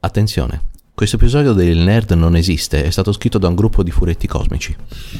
Attenzione, questo episodio del Nerd non esiste, è stato scritto da un gruppo di furetti cosmici.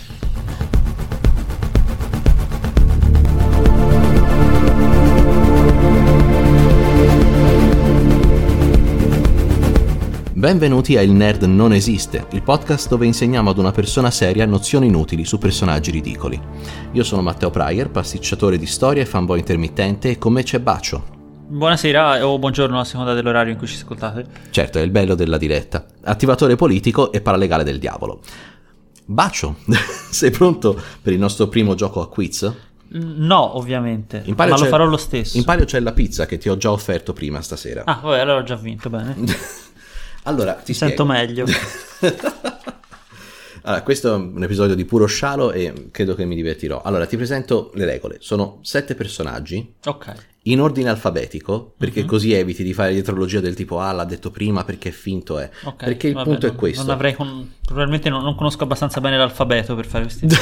Benvenuti a Il Nerd non esiste, il podcast dove insegniamo ad una persona seria nozioni inutili su personaggi ridicoli. Io sono Matteo Pryor, pasticciatore di storia e fanboy intermittente, e con me c'è Baccio. Buonasera o buongiorno a seconda dell'orario in cui ci ascoltate. Certo, è il bello della diretta. Attivatore politico e paralegale del diavolo. Baccio, sei pronto per il nostro primo gioco a quiz? No, ovviamente, ma lo farò lo stesso. In palio c'è la pizza che ti ho già offerto prima stasera. Ah, vabbè, allora ho già vinto, bene. Allora, ti sento meglio. Allora, questo è un episodio di puro scialo e credo che mi divertirò. Allora, ti presento le regole. Sono 7 personaggi. Ok. In ordine alfabetico, perché così eviti di fare dietrologia del tipo l'ha detto prima perché finto è. Okay, perché il punto è questo. Non avrei probabilmente non conosco abbastanza bene l'alfabeto per fare questi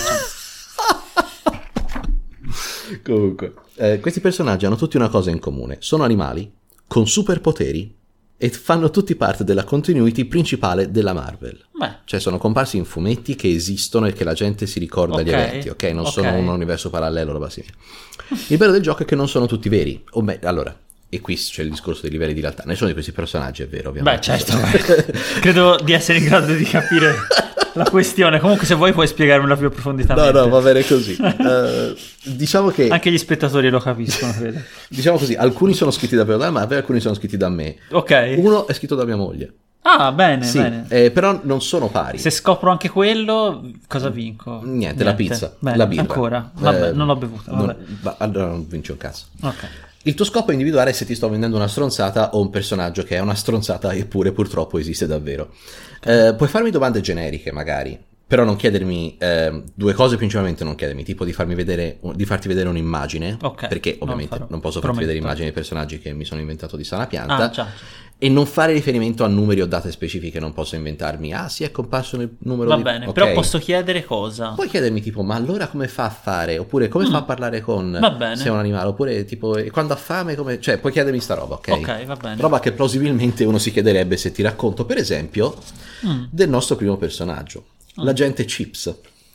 Comunque, questi personaggi hanno tutti una cosa in comune. Sono animali con superpoteri e fanno tutti parte della continuity principale della Marvel. Beh. Cioè sono comparsi in fumetti che esistono e che la gente si ricorda gli eventi, ok? Non sono un universo parallelo, roba simile. Il bello del gioco è che non sono tutti veri. Allora, e qui c'è il discorso dei livelli di realtà. Nessuno di questi personaggi è vero, ovviamente. Beh, certo. Credo di essere in grado di capire la questione. Comunque, se vuoi puoi spiegarmela più approfonditamente. No, va bene così. Diciamo che anche gli spettatori lo capiscono, credo. Diciamo così, alcuni sono scritti davvero da Marvel, alcuni sono scritti da me. Ok. Uno è scritto da mia moglie. Ah, bene, sì, bene. Però non sono pari. Se scopro anche quello, cosa vinco? Niente. La pizza, bene, la birra. Ancora? Vabbè, non l'ho bevuta. Vabbè. Allora non vinci un cazzo. Ok. Il tuo scopo è individuare se ti sto vendendo una stronzata o un personaggio che è una stronzata eppure purtroppo esiste davvero. Puoi farmi domande generiche magari, però non chiedermi due cose principalmente, non chiedermi tipo di farti vedere un'immagine, perché ovviamente non posso farti vedere immagini dei personaggi che mi sono inventato di sana pianta. E non fare riferimento a numeri o date specifiche, non posso inventarmi sì, è comparso nel numero Va bene, okay. Però posso chiedere cosa? Puoi chiedermi tipo ma allora come fa a fare, oppure come fa a parlare con se è un animale, oppure tipo quando ha fame come, cioè puoi chiedermi sta roba, ok, va bene. Roba che plausibilmente uno si chiederebbe se ti racconto per esempio del nostro primo personaggio, l'agente Chips.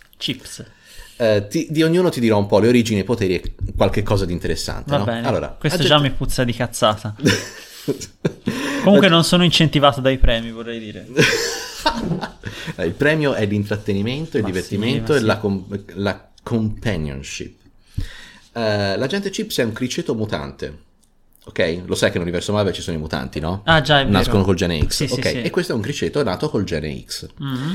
Di ognuno ti dirò un po' le origini, i poteri e qualche cosa di interessante. Va no? bene, allora, questo già mi puzza di cazzata. Comunque non sono incentivato dai premi, vorrei dire. Il premio è l'intrattenimento, il divertimento e la companionship. L'agente Chips è un criceto mutante. Ok? Lo sai che nell'universo Marvel ci sono i mutanti, no? Ah, già, è vero. Nascono col gene X. Sì, ok? sì. E questo è un criceto nato col gene X.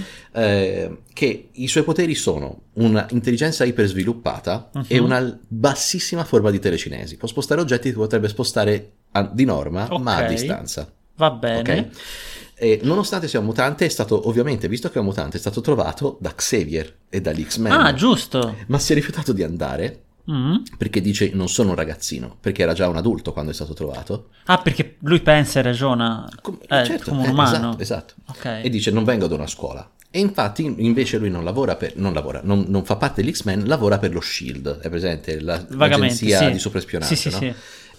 Che i suoi poteri sono una intelligenza ipersviluppata e una bassissima forma di telecinesi. Può spostare oggetti che potrebbe spostare di norma, ma a distanza. Va bene. Ok? E nonostante sia un mutante, è stato ovviamente, visto che è un mutante, è stato trovato da Xavier e dagli X-Men. Ah, giusto. Ma si è rifiutato di andare. Perché dice non sono un ragazzino, perché era già un adulto quando è stato trovato. Ah, perché lui pensa e ragiona certo, come un umano. Esatto. Okay. E dice non vengo da una scuola. E infatti invece lui non fa parte degli X-Men, lavora per lo SHIELD, è presente? L'agenzia di sopra-spionaggio, sì, no? Sì.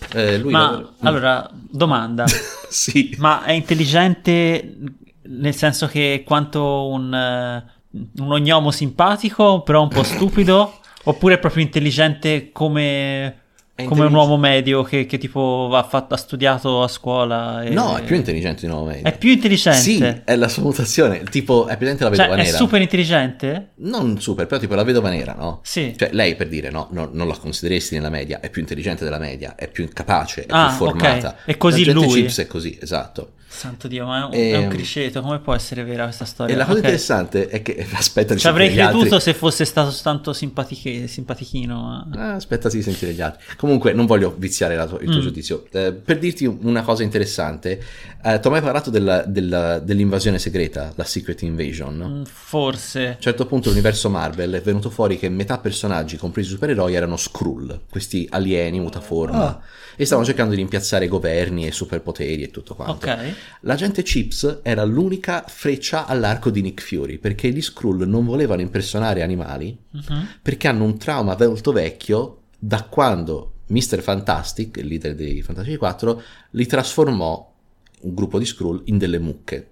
Allora, domanda. Sì. Ma è intelligente nel senso che è quanto un ognomo simpatico, però un po' stupido? Oppure è proprio intelligente come un uomo medio che tipo ha studiato a scuola? No, è più intelligente di un uomo medio. È più intelligente? Sì, è la sua mutazione. Tipo, è presente la vedova nera? È super intelligente? Non super, però tipo la vedova nera, no? Sì. Cioè lei, per dire, no, non la consideresti nella media, è più intelligente della media, è più capace, è più formata. Ok. E così lui? Chips è così, esatto. Santo Dio, ma è un criceto, come può essere vera questa storia? E la cosa interessante è che aspetta di ci avrei sentire creduto gli altri. se fosse stato tanto simpatichino. Aspetta di sentire gli altri. Comunque non voglio viziare il tuo giudizio. Per dirti una cosa interessante, ti ho mai parlato dell'invasione segreta, la Secret Invasion? Forse. A un certo punto l'universo Marvel è venuto fuori che metà personaggi, compresi i supereroi, erano Skrull, questi alieni mutaforma, e stavano cercando di rimpiazzare governi e superpoteri e tutto quanto. Ok. L'agente Chips era l'unica freccia all'arco di Nick Fury, perché gli Skrull non volevano impersonare animali, perché hanno un trauma molto vecchio da quando Mr. Fantastic, il leader dei Fantastici 4, li trasformò un gruppo di Skrull in delle mucche.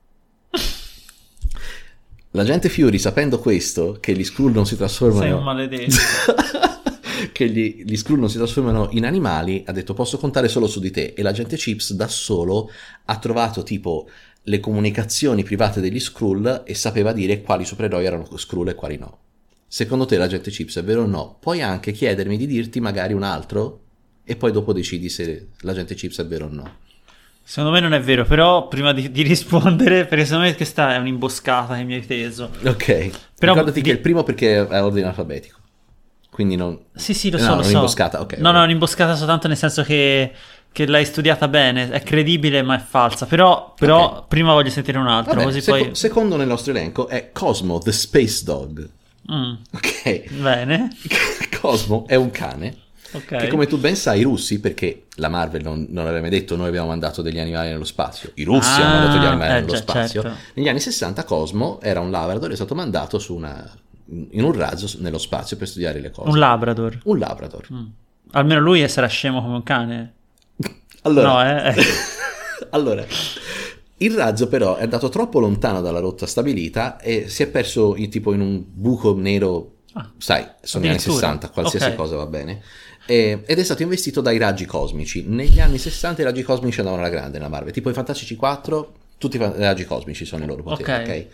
L'agente Fury, sapendo questo, che gli Skrull non si trasformano... Sei un maledetto. che gli Skrull non si trasformano in animali, ha detto posso contare solo su di te, e l'agente Chips da solo ha trovato tipo le comunicazioni private degli Skrull e sapeva dire quali supereroi erano Skrull e quali no. Secondo te l'agente Chips è vero o no? Puoi anche chiedermi di dirti magari un altro e poi dopo decidi se l'agente Chips è vero o no. Secondo me non è vero, però prima di rispondere, perché secondo me questa è un'imboscata che mi hai teso. Ok, però ricordati che è il primo perché è ordine alfabetico, quindi non... Sì, lo so, no, lo so. un'imboscata, ok. No, è un'imboscata soltanto nel senso che l'hai studiata bene, è credibile ma è falsa, però okay. Prima voglio sentire un altro. Vabbè, così poi... Secondo nel nostro elenco è Cosmo the Space Dog. Ok. Bene. Cosmo è un cane. Okay. Che come tu ben sai i russi, perché la Marvel non l'aveva mai detto, noi abbiamo mandato degli animali nello spazio, i russi hanno mandato gli animali nello spazio, certo. Negli anni 60 Cosmo era un Labrador, è stato mandato in un razzo nello spazio per studiare le cose. Un Labrador. Almeno lui sarà scemo come un cane. Allora, no, allora, il razzo però è andato troppo lontano dalla rotta stabilita e si è perso tipo in un buco nero, sai, sono gli anni 60, qualsiasi cosa va bene. Ed è stato investito dai raggi cosmici. Negli anni 60 i raggi cosmici andavano alla grande nella Marvel, tipo i Fantastici 4, tutti i raggi cosmici sono i loro poteri, ok?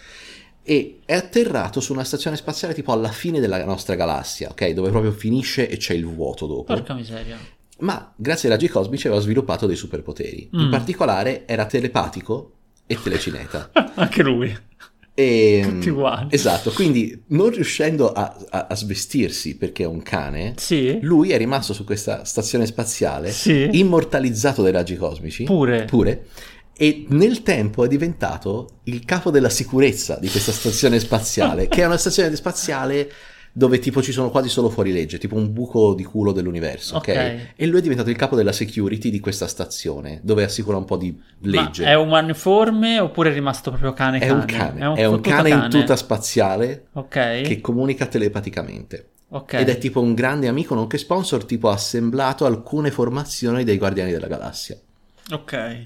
E è atterrato su una stazione spaziale tipo alla fine della nostra galassia, ok? Dove proprio finisce e c'è il vuoto dopo. Porca miseria. Ma grazie ai raggi cosmici aveva sviluppato dei superpoteri. In particolare era telepatico e telecineta. Anche lui. Tutti uguali. Esatto, quindi non riuscendo a svestirsi perché è un cane, sì. Lui è rimasto su questa stazione spaziale, sì. Immortalizzato dai raggi cosmici, pure, e nel tempo è diventato il capo della sicurezza di questa stazione spaziale, che è una stazione spaziale dove tipo ci sono quasi solo fuorilegge, tipo un buco di culo dell'universo, ok? E lui è diventato il capo della security di questa stazione, dove assicura un po' di legge. Ma è un uniforme oppure è rimasto proprio cane? È un cane, è un cane in tuta spaziale, che comunica telepaticamente. Ed è tipo un grande amico, nonché sponsor, tipo ha assemblato alcune formazioni dei Guardiani della Galassia. Ok.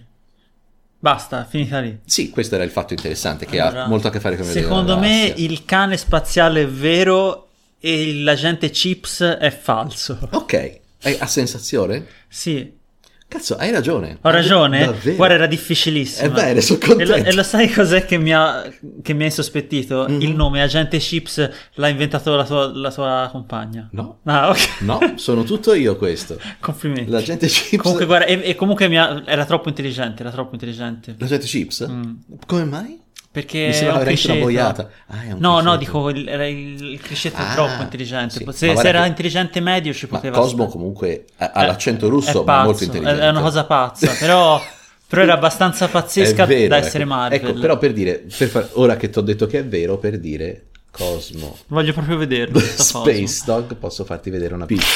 Basta, finita lì. Sì, questo era il fatto interessante, che ha molto a che fare con il Secondo me il cane spaziale è vero e l'agente Chips è falso. Ok, ha sensazione? Sì. Cazzo, hai ragione. Ho ragione? Davvero? Guarda, era difficilissimo. È bene, sono contento. E lo sai cos'è che mi ha insospettito? Mm-hmm. Il nome Agente Chips l'ha inventato la tua compagna. No. Ah, ok. No, sono tutto io questo. Complimenti. L'Agente Chips... Comunque, guarda, e comunque era troppo intelligente, L'Agente Chips? Come mai? Perché mi sembrava veramente una boiata. No, dico il crescetto è troppo intelligente. Sì. Se era intelligente medio ci poteva. Ma Cosmo comunque ha l'accento russo, ma è molto intelligente. È una cosa pazza, però era abbastanza pazzesca da essere Marvel. Ecco, però per dire, ora che ti ho detto che è vero, per dire Cosmo. Voglio proprio vederlo. Space Dog, posso farti vedere una piccola.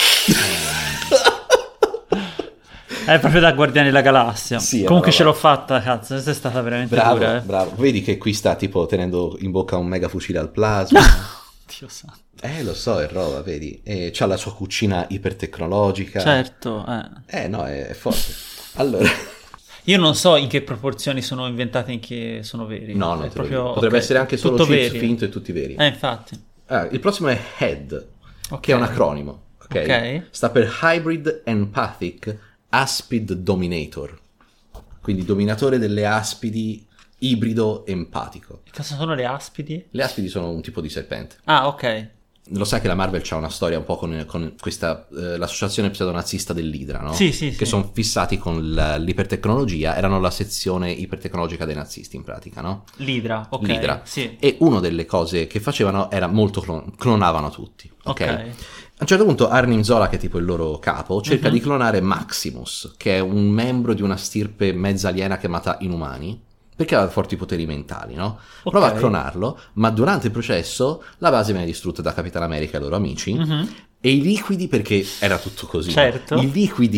È proprio da Guardiani della Galassia. Sì, comunque ce l'ho fatta, cazzo. Questa è stata veramente dura. Bravo. Vedi che qui sta tipo tenendo in bocca un mega fucile al plasma. Dio santo. Lo so, è roba, vedi. E c'ha la sua cucina ipertecnologica. Certo. No, è forte. Allora... Io non so in che proporzioni sono inventate e in che sono veri. No, non proprio, potrebbe essere anche solo chips veri. finto e tutti veri. Infatti. Il prossimo è HEAD, che è un acronimo. Ok. Sta per Hybrid Empathic Aspid Dominator, quindi dominatore delle aspidi, ibrido empatico. E cosa sono le aspidi? Le aspidi sono un tipo di serpente. Ah, ok. Lo sai che la Marvel c'ha una storia un po' con questa l'associazione pseudonazista dell'Idra, no? Sì. Che sono fissati con l'ipertecnologia, erano la sezione ipertecnologica dei nazisti in pratica, no? L'Idra, ok. L'Idra. Sì. E una delle cose che facevano era molto clonavano tutti, ok? A un certo punto Arnim Zola, che è tipo il loro capo, cerca di clonare Maximus, che è un membro di una stirpe mezza aliena chiamata Inumani, perché aveva forti poteri mentali, no? Prova a clonarlo, ma durante il processo la base viene distrutta da Capitan America e i loro amici, e i liquidi, perché era tutto così, certo. I liquidi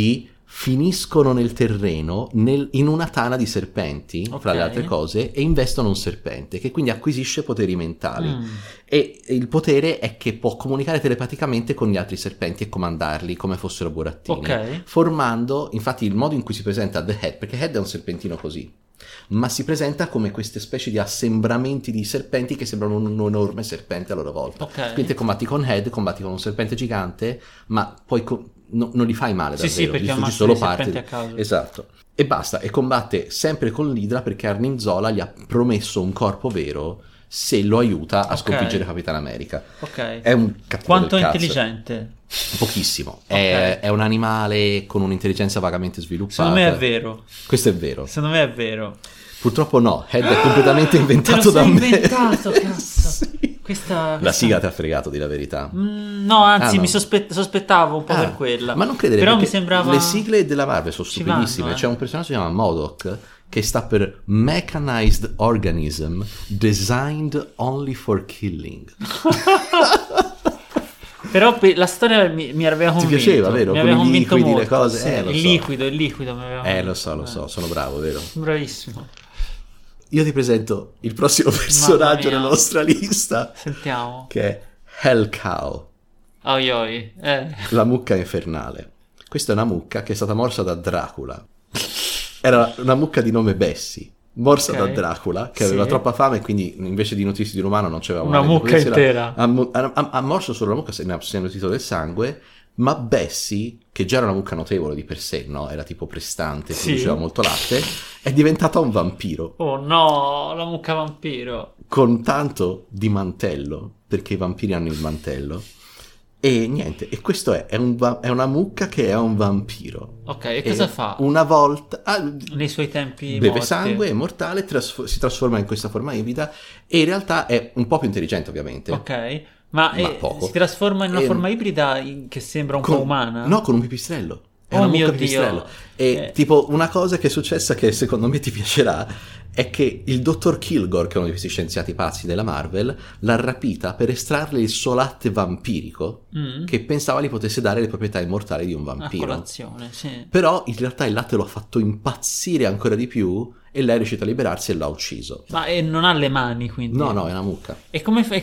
finiscono nel terreno in una tana di serpenti, fra le altre cose, e investono un serpente che quindi acquisisce poteri mentali. E il potere è che può comunicare telepaticamente con gli altri serpenti e comandarli come fossero burattini, formando, infatti il modo in cui si presenta The Head, perché Head è un serpentino così, ma si presenta come queste specie di assembramenti di serpenti che sembrano un enorme serpente a loro volta. Quindi te combatti con Head, combatti con un serpente gigante, ma poi non li fai male davvero, sì, perché distruggi solo parti a caso. Esatto. E basta, e combatte sempre con l'Idra perché Arnim Zola gli ha promesso un corpo vero se lo aiuta a sconfiggere Capitan America. È un cattivo. Quanto è intelligente? Pochissimo. È un animale con un'intelligenza vagamente sviluppata. Secondo me è vero. Questo è vero. Secondo me è vero. Purtroppo no, Head è completamente inventato da me. Inventato, cazzo. Sì. Questa... La sigla ti ha fregato, di la verità. No, anzi, mi sospettavo un po' per quella. Ma non credere, però mi sembrava... le sigle della Marvel sono stupidissime. C'è un personaggio che si chiama MODOK, che sta per Mechanized Organism Designed Only for Killing. Però la storia mi aveva convinto. Ti piaceva, vero? Mi aveva con i convinto liquidi, molto. le cose. Sì, il liquido mi aveva convinto. Lo so, sono bravo, vero? Bravissimo. Io ti presento il prossimo personaggio nella nostra lista. Sentiamo. Che è Hell Cow. Oi. La mucca infernale. Questa è una mucca che è stata morsa da Dracula. Era una mucca di nome Bessie, morsa da Dracula, che aveva troppa fame e quindi invece di nutrirsi di un umano non c'aveva una mucca intera. Ha morso solo la mucca, se ne è nutrito del sangue. Ma Bessie, che già era una mucca notevole di per sé, no? Era tipo prestante, produceva molto latte, è diventata un vampiro. Oh no, la mucca vampiro. Con tanto di mantello, perché i vampiri hanno il mantello. E niente, e questo è una mucca che è un vampiro. Ok, e cosa fa? Una volta... nei suoi tempi beve sangue, è mortale, si trasforma in questa forma ibrida e in realtà è un po' più intelligente, ovviamente. Ok. Ma si trasforma in una forma ibrida che sembra un po' umana? No, con un pipistrello. È una mucca pipistrello. E tipo una cosa che è successa che secondo me ti piacerà è che il dottor Kilgore, che è uno di questi scienziati pazzi della Marvel, l'ha rapita per estrarle il suo latte vampirico che pensava gli potesse dare le proprietà immortali di un vampiro. A colazione, sì. Però in realtà il latte lo ha fatto impazzire ancora di più e lei è riuscita a liberarsi e l'ha ucciso. Ma non ha le mani, quindi? No, è una mucca. E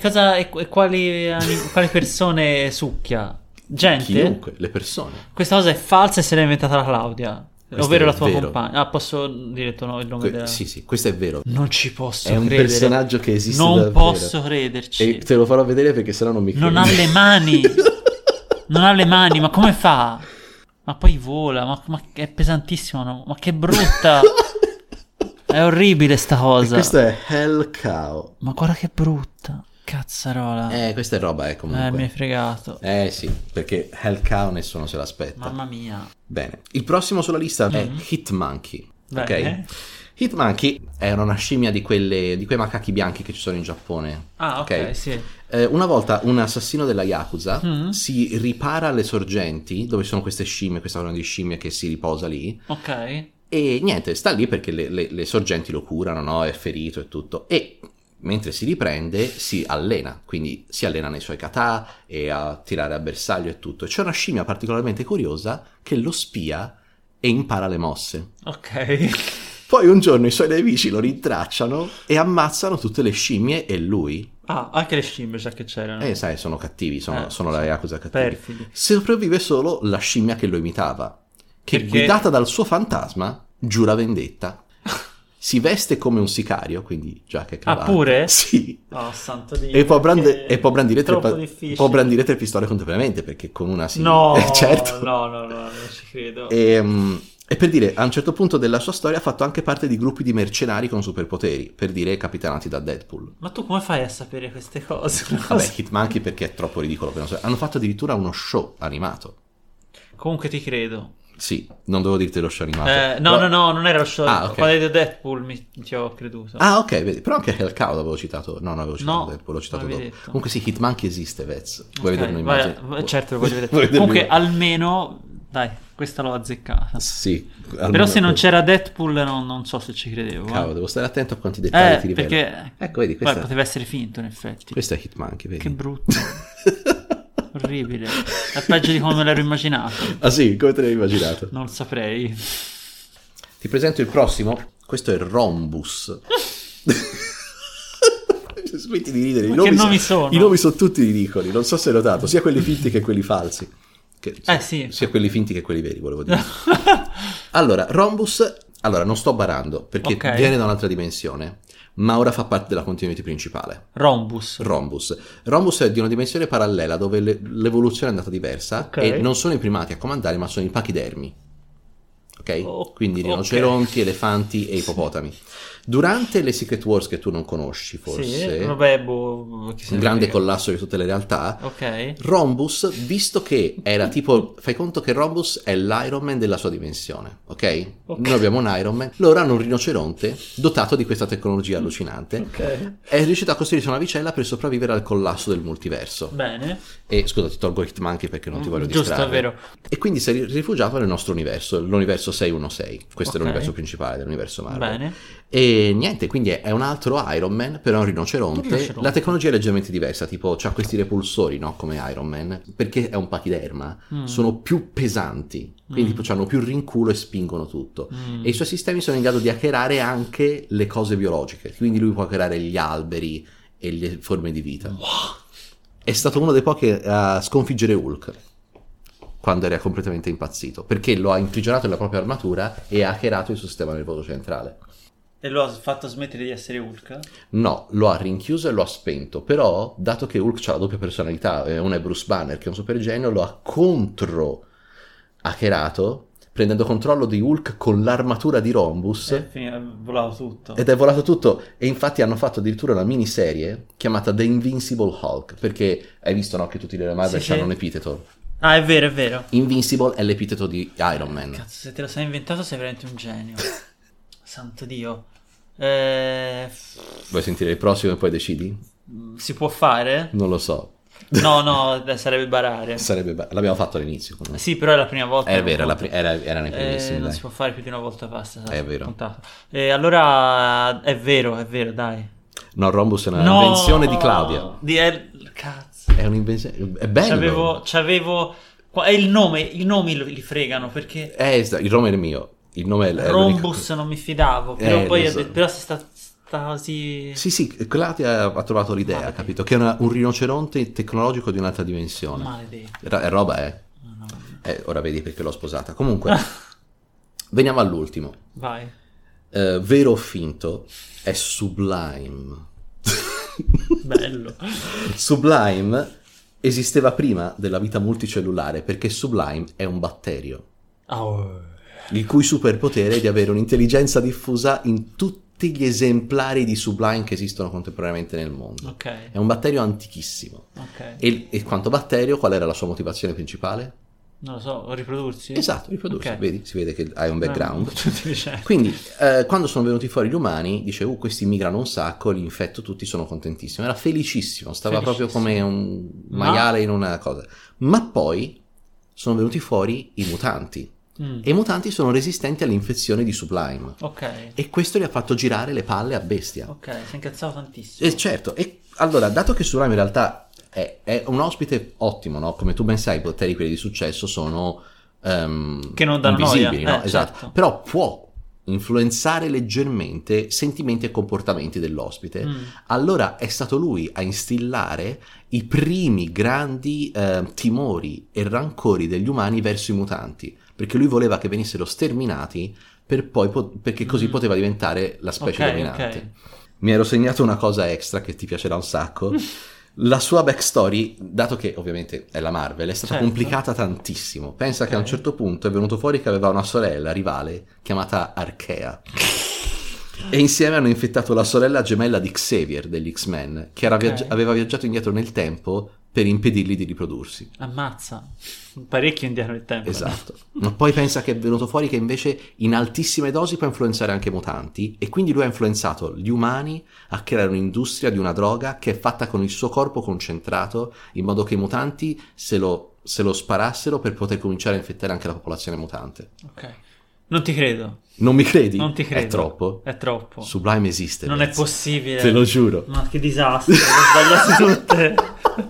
quali persone succhia? Gente? Chiunque, le persone. Questa cosa è falsa e se l'ha inventata la Claudia. Questo ovvero è la tua vero. compagna. Posso dire il nome della... Sì, questo è vero. Non ci posso credere. È un personaggio che esiste davvero. Non posso crederci. E te lo farò vedere perché sennò non mi credi. Non ha le mani. Non ha le mani, ma come fa? Ma poi vola, ma è pesantissimo, no? Ma che brutta. È orribile sta cosa. E questa è Hell Cow. Ma guarda che brutta. Cazzarola. Questa è roba, comunque. Mi hai fregato. Sì, perché Hell Cow nessuno se l'aspetta. Mamma mia. Bene. Il prossimo sulla lista è Hitmonkey. Bene. Ok? Hitmonkey è una scimmia di quei macachi bianchi che ci sono in Giappone. Ah, ok, sì. Una volta un assassino della Yakuza si ripara alle sorgenti dove ci sono queste scimmie, questa colonna di scimmie che si riposa lì. Ok. E niente, sta lì perché le sorgenti lo curano, no? È ferito e tutto. E mentre si riprende si allena, quindi si allena nei suoi kata e a tirare a bersaglio e tutto. C'è una scimmia particolarmente curiosa che lo spia e impara le mosse. Ok. Poi un giorno i suoi nemici lo rintracciano e ammazzano tutte le scimmie e lui. Ah, anche le scimmie già che c'erano. Sai, sono cattivi, sono la Yakuza cattivi. Perfidi. Sopravvive solo la scimmia che lo imitava, che perché? Guidata dal suo fantasma giura vendetta. Si veste come un sicario, quindi giacca e cravatta. Ah, pure? Sì. Oh, santo Dio. E può brandire tre pistole contemporaneamente, perché con una si... No, certo. No, non ci credo. E per dire, a un certo punto della sua storia ha fatto anche parte di gruppi di mercenari con superpoteri, per dire capitanati da Deadpool. Ma tu come fai a sapere queste cose? Vabbè, Hitmonkey perché è troppo ridicolo per non so. Hanno fatto addirittura uno show animato. Comunque ti credo. Sì, non dovevo dirti lo show animato. No, non era lo show. Ah, okay. Quando hai detto Deadpool ti ho creduto. Ah, ok, vedi. Però anche Hell Cow l'avevo citato. No, non avevo citato Deadpool, l'ho citato dopo. Detto. Comunque sì, Hitmonkey esiste, Vez. Vuoi vedere un'immagine? Certo, lo voglio vedere. Comunque almeno... Dai, questa l'ho azzeccata. Sì. Però se non c'era Deadpool non so se ci credevo. Cavolo, devo stare attento a quanti dettagli ti rivelo. Perché... Ecco, vedi, questa... poteva essere finto in effetti. Questo è Hitmonkey, vedi? Che brutto. Orribile. È peggio di come me l'ero immaginato. Ah sì? Come te l'hai immaginato? Non saprei. Ti presento il prossimo. Questo è Rhombus. Smetti di ridere. Che nomi sono? I nomi sono tutti ridicoli. Non so se hai notato, sia quelli finti che quelli falsi. Sì. Sia quelli finti che quelli veri, volevo dire. Allora, Rhombus. Allora, non sto barando perché viene da un'altra dimensione, ma ora fa parte della continuity principale. Rhombus è di una dimensione parallela dove l'evoluzione è andata diversa e non sono i primati a comandare, ma sono i pachidermi. Ok? Quindi rinoceronti, elefanti e ippopotami. Durante le Secret Wars che tu non conosci, forse, un grande collasso di tutte le realtà, Rhombus, visto che era tipo, fai conto che Rhombus è l'Iron Man della sua dimensione, ok? Noi abbiamo un Iron Man, loro hanno un rinoceronte dotato di questa tecnologia allucinante, è riuscito a costruirsi una vicella per sopravvivere al collasso del multiverso. Bene. E scusa, ti tolgo Hitmonkey perché non ti voglio distrarre. Giusto, è vero. E quindi si è rifugiato nel nostro universo, l'universo 616, questo è l'universo principale dell'universo Marvel. Bene. E niente, quindi è un altro Iron Man, però è un rinoceronte. La tecnologia è leggermente diversa, tipo c'ha questi repulsori, no? Come Iron Man, perché è un pachiderma, sono più pesanti, quindi tipo hanno più rinculo e spingono tutto. E i suoi sistemi sono in grado di hackerare anche le cose biologiche, quindi lui può hackerare gli alberi e le forme di vita. È stato uno dei pochi a sconfiggere Hulk quando era completamente impazzito, perché lo ha imprigionato nella propria armatura e ha hackerato il suo sistema nervoso centrale. E lo ha fatto smettere di essere Hulk? No, lo ha rinchiuso e lo ha spento, però dato che Hulk ha la doppia personalità, uno è Bruce Banner che è un super genio, lo ha hackerato, prendendo controllo di Hulk con l'armatura di Rhombus. È volato tutto. Ed è volato tutto, e infatti hanno fatto addirittura una miniserie chiamata The Invincible Hulk, perché hai visto, no, che tutti le Marvel hanno un epiteto. Ah, è vero, è vero. Invincible è l'epiteto di Iron Man. Cazzo, se te lo sei inventato sei veramente un genio. Santo Dio. Vuoi sentire il prossimo e poi decidi? Si può fare? Non lo so. No, sarebbe barare. L'abbiamo fatto all'inizio. No? Sì, però è la prima volta. È vero, era nei primissimi. Non si può fare più di una volta, basta. È vero. Allora è vero, dai. No, Rhombus è un'invenzione di Claudia. Cazzo. È un'invenzione. È bello. C'avevo. È i nomi li fregano perché. Il nome è mio. Il nome è Rhombus non mi fidavo, però poi però si sta così. Sì, Claudia ha trovato l'idea, capito? Che è un rinoceronte tecnologico di un'altra dimensione. Maledetto. È roba, No. Ora vedi perché l'ho sposata. Comunque, veniamo all'ultimo. Vai. Vero o finto, è Sublime. Bello. Sublime esisteva prima della vita multicellulare perché Sublime è un batterio. Il cui superpotere è di avere un'intelligenza diffusa in tutti gli esemplari di Sublime che esistono contemporaneamente nel mondo. È un batterio antichissimo. E quanto batterio, qual era la sua motivazione principale? Non lo so, riprodursi? Esatto, riprodursi. Vedi, si vede che hai un background. Quindi, quando sono venuti fuori gli umani, dice, questi migrano un sacco, li infetto tutti, sono contentissimo. Era felicissimo, stava proprio come un maiale in una cosa. Ma poi sono venuti fuori i mutanti. E i mutanti sono resistenti alle infezioni di Sublime. E questo gli ha fatto girare le palle a bestia. Si è incazzato tantissimo. Certo, e allora, dato che Sublime in realtà è un ospite ottimo, no? Come tu ben sai, i poteri quelli di successo sono che non danno invisibili, noia. No? Esatto. Certo. Però può influenzare leggermente sentimenti e comportamenti dell'ospite. Allora è stato lui a instillare i primi grandi timori e rancori degli umani verso i mutanti, perché lui voleva che venissero sterminati perché così poteva diventare la specie dominante. Mi ero segnato una cosa extra che ti piacerà un sacco. La sua backstory, dato che ovviamente è la Marvel, è stata complicata tantissimo. Pensa che a un certo punto è venuto fuori che aveva una sorella rivale chiamata Arkea. E insieme hanno infettato la sorella gemella di Xavier degli X-Men, che aveva viaggiato indietro nel tempo per impedirgli di riprodursi. Ammazza, parecchio indietro nel tempo. Esatto. Ma poi pensa che è venuto fuori che invece in altissime dosi può influenzare anche i mutanti, e quindi lui ha influenzato gli umani a creare un'industria di una droga che è fatta con il suo corpo concentrato, in modo che i mutanti se lo sparassero per poter cominciare a infettare anche la popolazione mutante. Non ti credo. Non mi credi? Non ti credo. È troppo? È troppo. Sublime esiste. Non è possibile. Te lo giuro. Ma che disastro, le ho sbagliate tutte.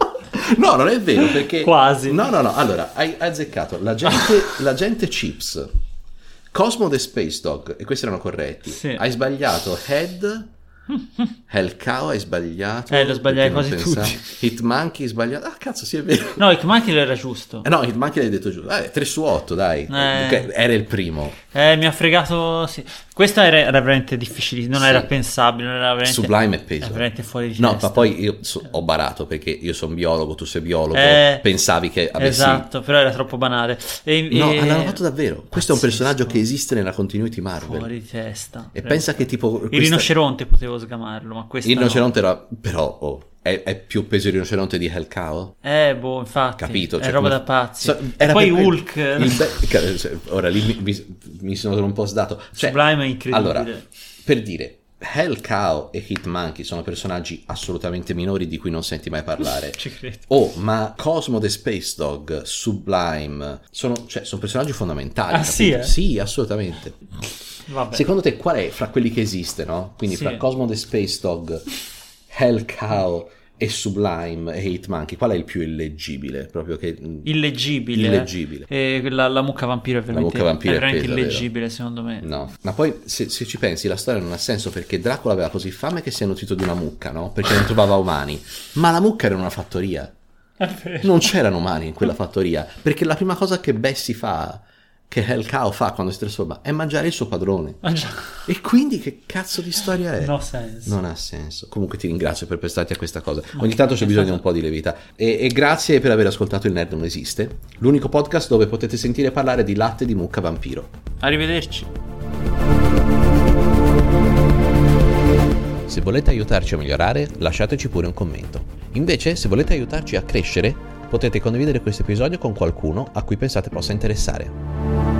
No, non è vero, perché... Quasi. No, allora, hai azzeccato l'agente Chips, Cosmo the Space Dog, e questi erano corretti. Sì. Hai sbagliato Head, Hell Cow hai sbagliato. Lo sbagliai quasi tutti. Hitmonkey hai sbagliato. Ah, cazzo, sì, è vero. No, Hitmonkey lo era giusto. No, Hitmonkey l'hai detto giusto. 3 su 8, dai. Era il primo. Mi ha fregato, sì. Questa era veramente difficile, non era pensabile, non era veramente... Sublime e peso. È veramente fuori di testa. No, ma poi io ho barato, perché io sono biologo, tu sei biologo, pensavi che avessi... Esatto, però era troppo banale. No, l'hanno fatto davvero. Questo è un personaggio che esiste nella continuity Marvel. Fuori di testa. E pensa che tipo... Il rinoceronte potevo sgamarlo, ma questo il rinoceronte era... Però... È più peso il rinoceronte di Hell Cow? Infatti. Capito? Cioè, è roba da pazzi. Era poi Hulk. Ora lì mi sono un po' sdato. Cioè, Sublime è incredibile. Allora, per dire, Hell Cow e Hitmonkey sono personaggi assolutamente minori di cui non senti mai parlare. Ci credo. Ma Cosmo the Space Dog, Sublime, sono personaggi fondamentali. Ah, sì, Sì, assolutamente. Vabbè. Secondo te qual è fra quelli che esiste, no? Quindi fra Cosmo the Space Dog, Hell Cow e Sublime e Hitmonkey, qual è il più illeggibile? Proprio che... Illeggibile. La mucca vampiro è veramente, illeggibile, secondo me. No, ma poi se ci pensi la storia non ha senso, perché Dracula aveva così fame che si è nutrito di una mucca, no? Perché non trovava umani. Ma la mucca era in una fattoria. Non c'erano umani in quella fattoria, perché la prima cosa che Bessie fa, che Hell Cow fa quando si trasforma, è mangiare il suo padrone. E quindi che cazzo di storia è? No senso. Non ha senso. Comunque ti ringrazio per prestarti a questa cosa. Ogni tanto c'è bisogno di un po' di levità. E grazie per aver ascoltato Il Nerd Non Esiste, l'unico podcast dove potete sentire parlare di latte di mucca vampiro. Arrivederci. Se volete aiutarci a migliorare, lasciateci pure un commento. Invece, se volete aiutarci a crescere, potete condividere questo episodio con qualcuno a cui pensate possa interessare.